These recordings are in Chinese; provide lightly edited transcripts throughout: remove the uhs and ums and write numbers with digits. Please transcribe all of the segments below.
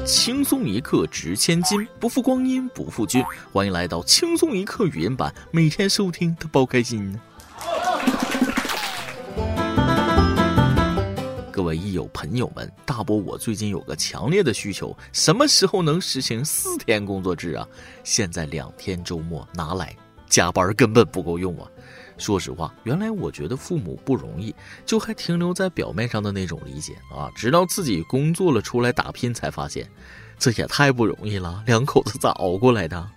轻松一刻值千金，不负光阴不负君。欢迎来到轻松一刻语音版，每天收听都包开心呢。各位益友朋友们，大波我最近有个强烈的需求，什么时候能实行4天工作制啊？现在2天周末拿来，加班根本不够用啊！说实话，原来我觉得父母不容易，就还停留在表面上的那种理解啊，直到自己工作了出来打拼，才发现这也太不容易了，两口子咋熬过来的？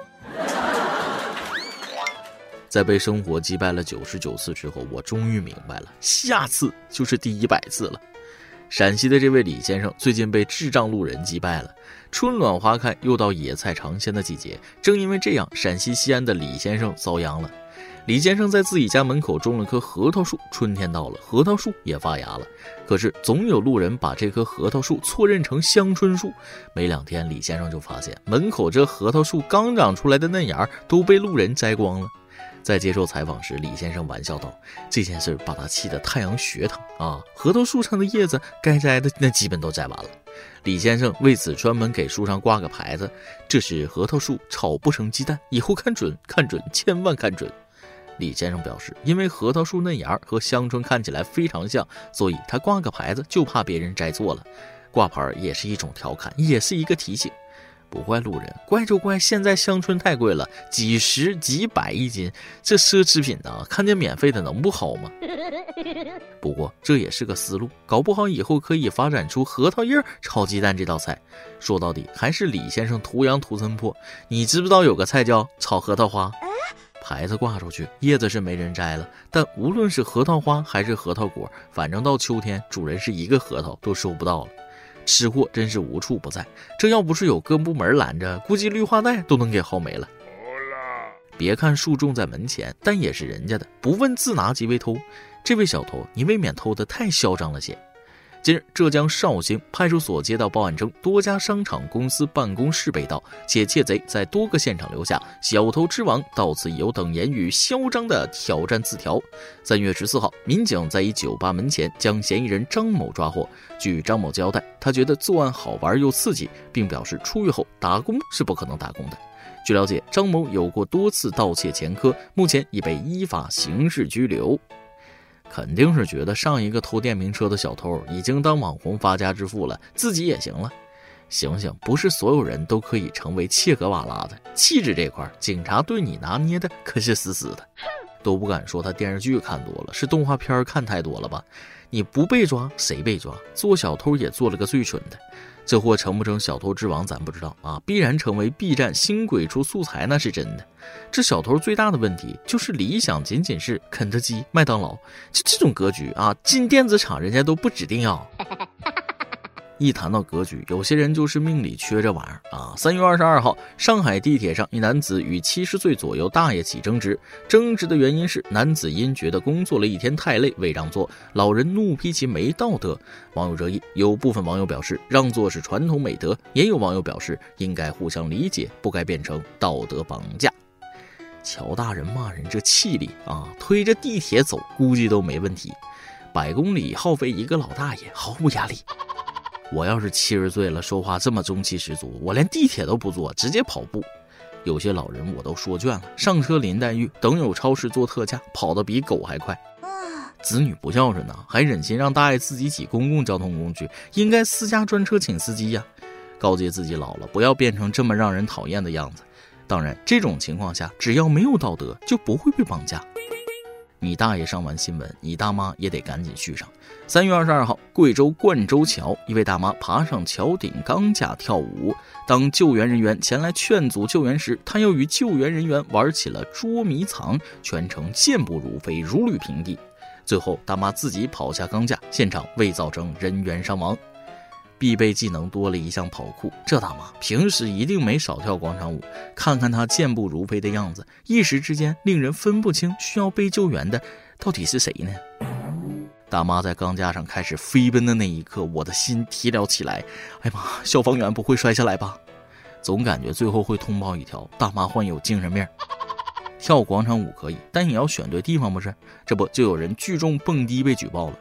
在被生活击败了99次之后，我终于明白了，下次就是第100次了。陕西的这位李先生最近被智障路人击败了。春暖花开，又到野菜尝鲜的季节，正因为这样，陕西西安的李先生遭殃了。李先生在自己家门口种了棵核桃树，春天到了，核桃树也发芽了。可是总有路人把这棵核桃树错认成香椿树，没2天，李先生就发现门口这核桃树刚长出来的嫩芽都被路人摘光了。在接受采访时，李先生玩笑道：“这件事把他气得太阳穴疼啊！核桃树上的叶子该摘的那基本都摘完了。”李先生为此专门给树上挂个牌子：“这是核桃树，炒不成鸡蛋，以后看准，看准，千万看准。”李先生表示，因为核桃树嫩芽和香椿看起来非常像，所以他挂个牌子就怕别人摘错了。挂牌也是一种调侃，也是一个提醒。不怪路人，怪就怪现在香椿太贵了，几十几百一斤，这奢侈品啊，看见免费的能不好吗？不过这也是个思路，搞不好以后可以发展出核桃叶炒鸡蛋这道菜。说到底还是李先生图羊图森破。你知不知道有个菜叫炒核桃花？牌子挂出去，叶子是没人摘了，但无论是核桃花还是核桃果，反正到秋天主人是一个核桃都收不到了。吃货真是无处不在，这要不是有各部门拦着，估计绿化带都能给薅没了。别看树种在门前，但也是人家的，不问自拿即为偷。这位小偷，你未免偷得太嚣张了些。近日，浙江绍兴派出所接到报案称，多家商场公司办公室被盗，且窃贼在多个现场留下“小偷之王到此一游”等言语嚣张的挑战字条。3月14号，民警在一酒吧门前将嫌疑人张某抓获。据张某交代，他觉得作案好玩又刺激，并表示出狱后打工是不可能打工的。据了解，张某有过多次盗窃前科，目前已被依法刑事拘留。肯定是觉得上一个偷电瓶车的小偷已经当网红发家致富了，自己也行了。醒醒，不是所有人都可以成为切格瓦拉的。气质这块，警察对你拿捏的可是死死的。都不敢说他电视剧看多了，是动画片看太多了吧？你不被抓谁被抓？做小偷也做了个最蠢的。这货成不成小偷之王咱不知道啊，必然成为 B 站新鬼畜素材那是真的。这小偷最大的问题就是理想仅仅是肯德基、麦当劳，这种格局啊，进电子厂人家都不指定要。一谈到格局，有些人就是命里缺这玩意儿啊。3月22号，上海地铁上，一男子与70岁左右大爷起争执，争执的原因是男子因觉得工作了1天太累未让座，老人怒批其没道德。网友热议，有部分网友表示让座是传统美德，也有网友表示应该互相理解，不该变成道德绑架。乔大人骂人这气力啊，推着地铁走估计都没问题，100公里耗费一个老大爷，毫无压力。我要是70岁了，说话这么中气十足，我连地铁都不坐，直接跑步。有些老人我都说倦了，上车林黛玉，等有超市做特价，跑得比狗还快。子女不孝顺呢，还忍心让大爷自己挤公共交通工具，应该私家专车请司机呀。告诫自己老了不要变成这么让人讨厌的样子。当然，这种情况下，只要没有道德，就不会被绑架。你大爷上完新闻，你大妈也得赶紧续上。3月22号，贵州灌州桥，一位大妈爬上桥顶钢架跳舞。当救援人员前来劝阻救援时，她又与救援人员玩起了捉迷藏，全程健步如飞，如履平地。最后，大妈自己跑下钢架，现场未造成人员伤亡。必备技能多了一项跑酷，这大妈平时一定没少跳广场舞，看看她健步如飞的样子，一时之间令人分不清需要被救援的到底是谁呢？大妈在钢架上开始飞奔的那一刻，我的心提了起来。哎妈，消防员不会摔下来吧？总感觉最后会通报一条大妈患有精神病。跳广场舞可以，但也要选对地方不是？这不就有人聚众蹦迪被举报了。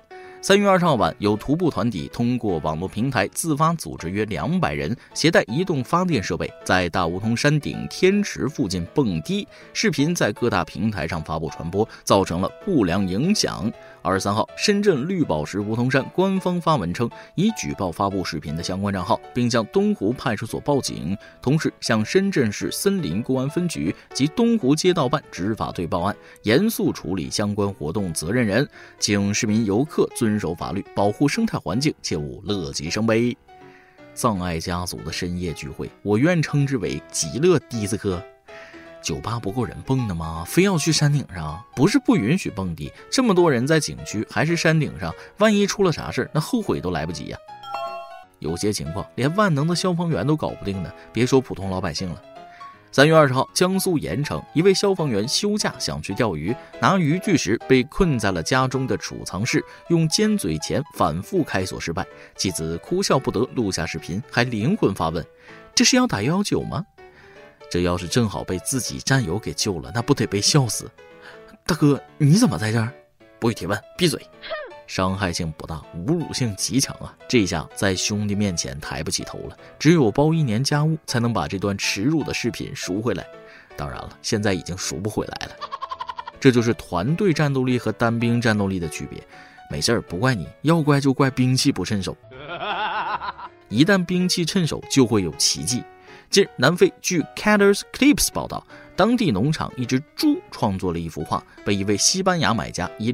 3月20号晚，有徒步团体通过网络平台自发组织约200人，携带移动发电设备，在大梧桐山顶天池附近蹦迪。视频在各大平台上发布传播，造成了不良影响。23号，深圳绿宝石梧桐山官方发文称，已举报发布视频的相关账号，并向东湖派出所报警，同时向深圳市森林公安分局及东湖街道办执法队报案，严肃处理相关活动责任人，请市民游客遵守法律，保护生态环境，切勿乐极生悲。葬爱家族的深夜聚会，我愿称之为极乐迪斯科。酒吧不够人蹦的吗？非要去山顶上？不是不允许蹦迪，这么多人在景区还是山顶上，万一出了啥事，那后悔都来不及呀。有些情况连万能的消防员都搞不定呢，别说普通老百姓了。3月20号，江苏盐城一位消防员休假想去钓鱼，拿渔具时被困在了家中的储藏室，用尖嘴钳反复开锁失败，妻子哭笑不得，录下视频，还灵魂发问：这是要打119吗？这要是正好被自己战友给救了，那不得被笑死。大哥，你怎么在这儿？不予提问，闭嘴。伤害性不大，侮辱性极强啊！这下在兄弟面前抬不起头了，只有包1年家务才能把这段耻辱的视频赎回来。当然了，现在已经赎不回来了。这就是团队战斗力和单兵战斗力的区别。没事儿，不怪你，要怪就怪兵器不趁手。一旦兵器趁手，就会有奇迹。近日，南非据 Caders Clips 报道，当地农场一只猪创作了一幅画，被一位西班牙买家以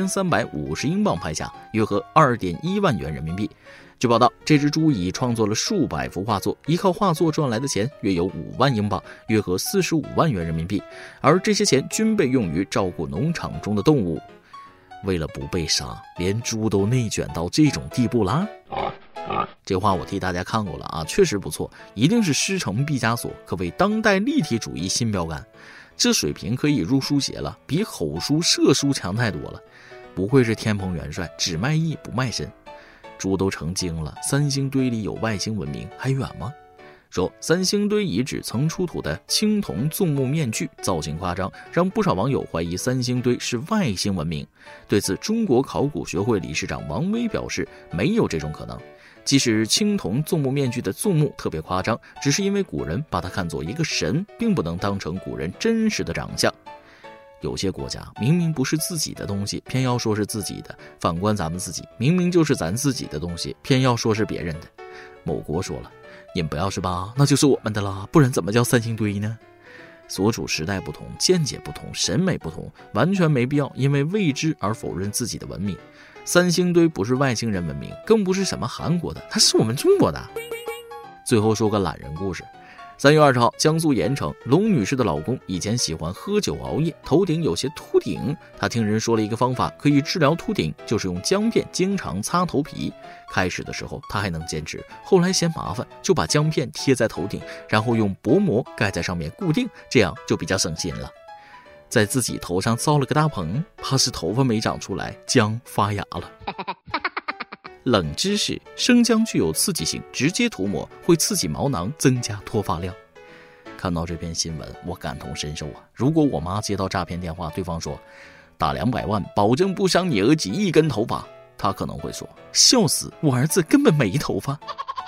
2350英镑拍下，约合2.1万元人民币。据报道，这只猪已创作了数百幅画作，依靠画作赚来的钱约有5万英镑，约合45万元人民币，而这些钱均被用于照顾农场中的动物。为了不被杀，连猪都内卷到这种地步啦？这话我替大家看过了啊，确实不错，一定是师承毕加索，可谓当代立体主义新标杆。这水平可以入书写了，比吼书射书强太多了。不愧是天蓬元帅，只卖艺不卖身。猪都成精了，3星堆里有外星文明，还远吗？说3星堆遗址曾出土的青铜纵目面具造型夸张，让不少网友怀疑3星堆是外星文明。对此，中国考古学会理事长王威表示，没有这种可能。即使青铜纵目面具的纵目特别夸张，只是因为古人把它看作一个神，并不能当成古人真实的长相。有些国家明明不是自己的东西，偏要说是自己的，反观咱们自己，明明就是咱自己的东西，偏要说是别人的。某国说了，你们不要是吧，那就是我们的啦，不然怎么叫3星堆呢？所处时代不同，见解不同，审美不同，完全没必要因为未知而否认自己的文明。3星堆不是外星人文明，更不是什么韩国的，它是我们中国的。最后说个懒人故事。3月20号，江苏盐城龙女士的老公以前喜欢喝酒熬夜，头顶有些秃顶。她听人说了一个方法可以治疗秃顶，就是用姜片经常擦头皮。开始的时候她还能坚持，后来嫌麻烦，就把姜片贴在头顶，然后用薄膜盖在上面固定，这样就比较省心了。在自己头上造了个大棚，怕是头发没长出来，姜发芽了。冷知识：生姜具有刺激性，直接涂抹会刺激毛囊，增加脱发量。看到这篇新闻，我感同身受啊！如果我妈接到诈骗电话，对方说打200万，保证不伤你儿子1根头发，她可能会说笑死，我儿子根本没头发。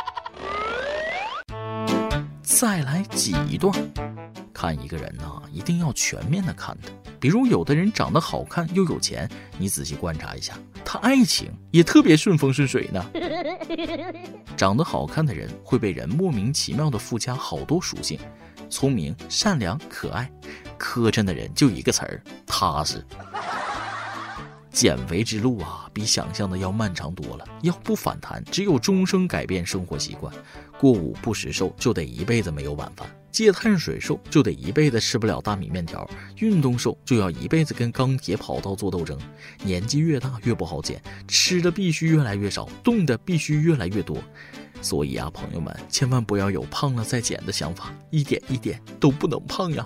再来挤一段。看一个人啊，一定要全面的看他。比如有的人长得好看又有钱，你仔细观察一下，他爱情也特别顺风顺水呢。长得好看的人会被人莫名其妙的附加好多属性，聪明、善良、可爱。磕碜的人就一个词儿，踏实。减肥之路啊，比想象的要漫长多了。要不反弹，只有终生改变生活习惯。过午不食瘦，就得一辈子没有晚饭；戒碳水瘦，就得一辈子吃不了大米面条；运动瘦，就要一辈子跟钢铁跑道做斗争。年纪越大越不好减，吃的必须越来越少，动的必须越来越多。所以啊，朋友们，千万不要有胖了再减的想法，一点一点都不能胖呀。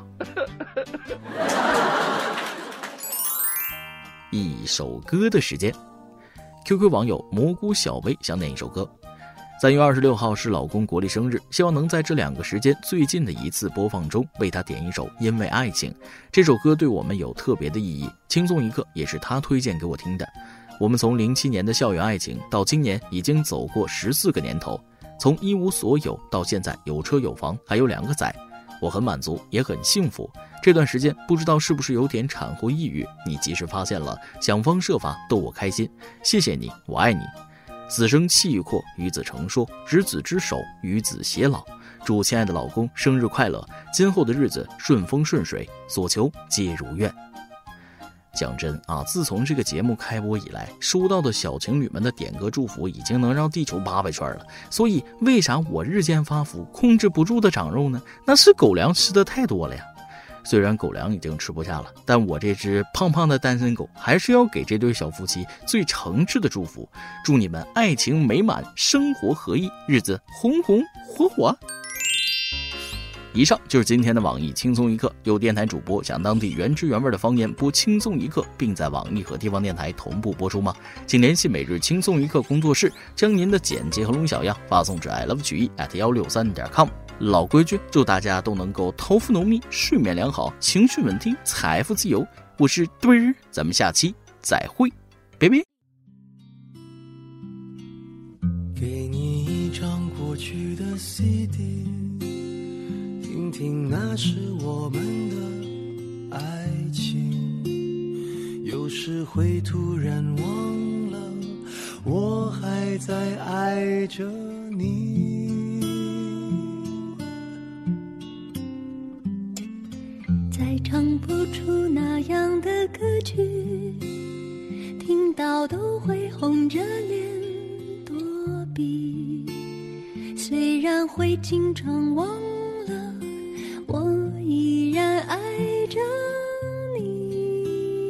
一首歌的时间 ，QQ 网友蘑菇小薇想点一首歌。3月26号是老公国历生日，希望能在这2个时间最近的一次播放中为他点一首《因为爱情》。这首歌对我们有特别的意义，轻松一刻也是他推荐给我听的。 我们从07年的校园爱情到今年已经走过14个年头，从一无所有到现在有车有房还有2个崽，我很满足也很幸福。这段时间不知道是不是有点产后抑郁，你及时发现了，想方设法逗我开心，谢谢你，我爱你。子生契阔，与子成说，执子之手，与子偕老。祝亲爱的老公生日快乐，今后的日子顺风顺水，所求皆如愿。讲真啊，自从这个节目开播以来，收到的小情侣们的点歌祝福已经能让地球800圈了。所以为啥我日渐发福，控制不住的长肉呢？那是狗粮吃的太多了呀。虽然狗粮已经吃不下了，但我这只胖胖的单身狗还是要给这对小夫妻最诚挚的祝福，祝你们爱情美满，生活合意，日子红红火火。以上就是今天的网易轻松一刻，有电台主播讲当地原汁原味的方言播轻松一刻，并在网易和地方电台同步播出吗？请联系每日轻松一刻工作室，将您的简介和龙小样发送至 iLoveChUyi@163.com。老规矩，祝大家都能够头发浓密，睡眠良好，情绪稳定，财富自由。我是墩儿，咱们下期再会，拜拜。 给你一张过去的 CD， 听听那是我们的爱情。有时会突然忘了，我还在爱着你。 再唱不出那样的歌曲，听到都会红着脸躲避。虽然会经常忘了，我依然爱着你。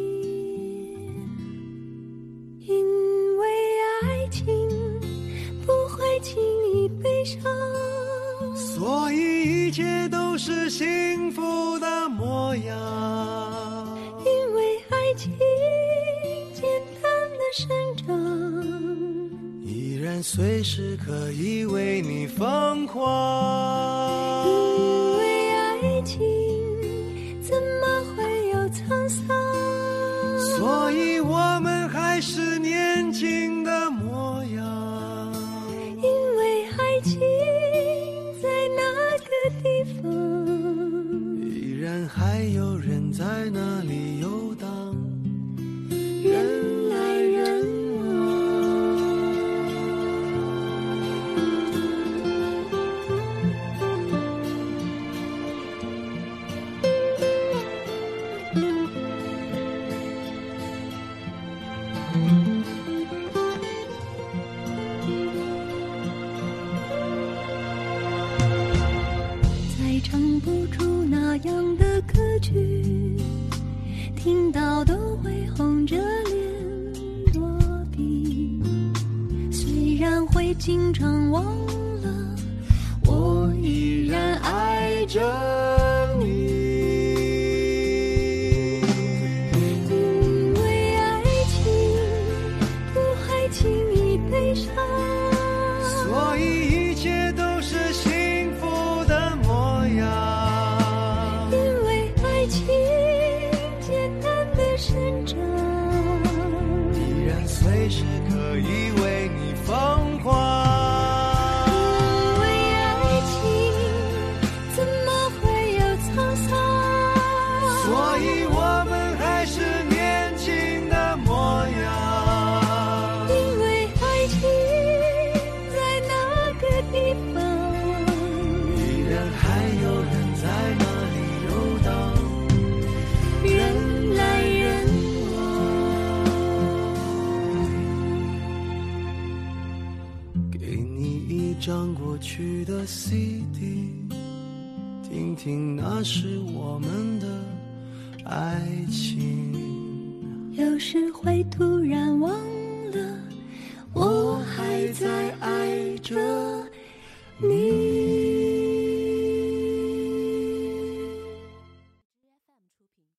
因为爱情不会轻易悲伤， 所以一切都是幸福的模样。 因为爱情简单的生长， 依然随时可以为你疯狂。 因为爱情怎么会有沧桑， 所以我们还是年轻的模样。 因为爱情在那个地方， 依然还有人在那里游荡，人来人再唱不出那样的歌曲，听到都会红着脸躲避。虽然会经常忘了，我依然爱着你。因为爱情不会轻易悲伤， 所以一切都是幸福的模样。 因为爱情简单的生长， 依然随时可以为你疯狂。 因为爱情怎么会有沧桑， 所以我们还是年轻的模样。 因为爱情在那个地方， 依然还有人在那里游荡， 人来人往。 给你一张过去的 CD， 听听那是我们的爱情。 有时会突然忘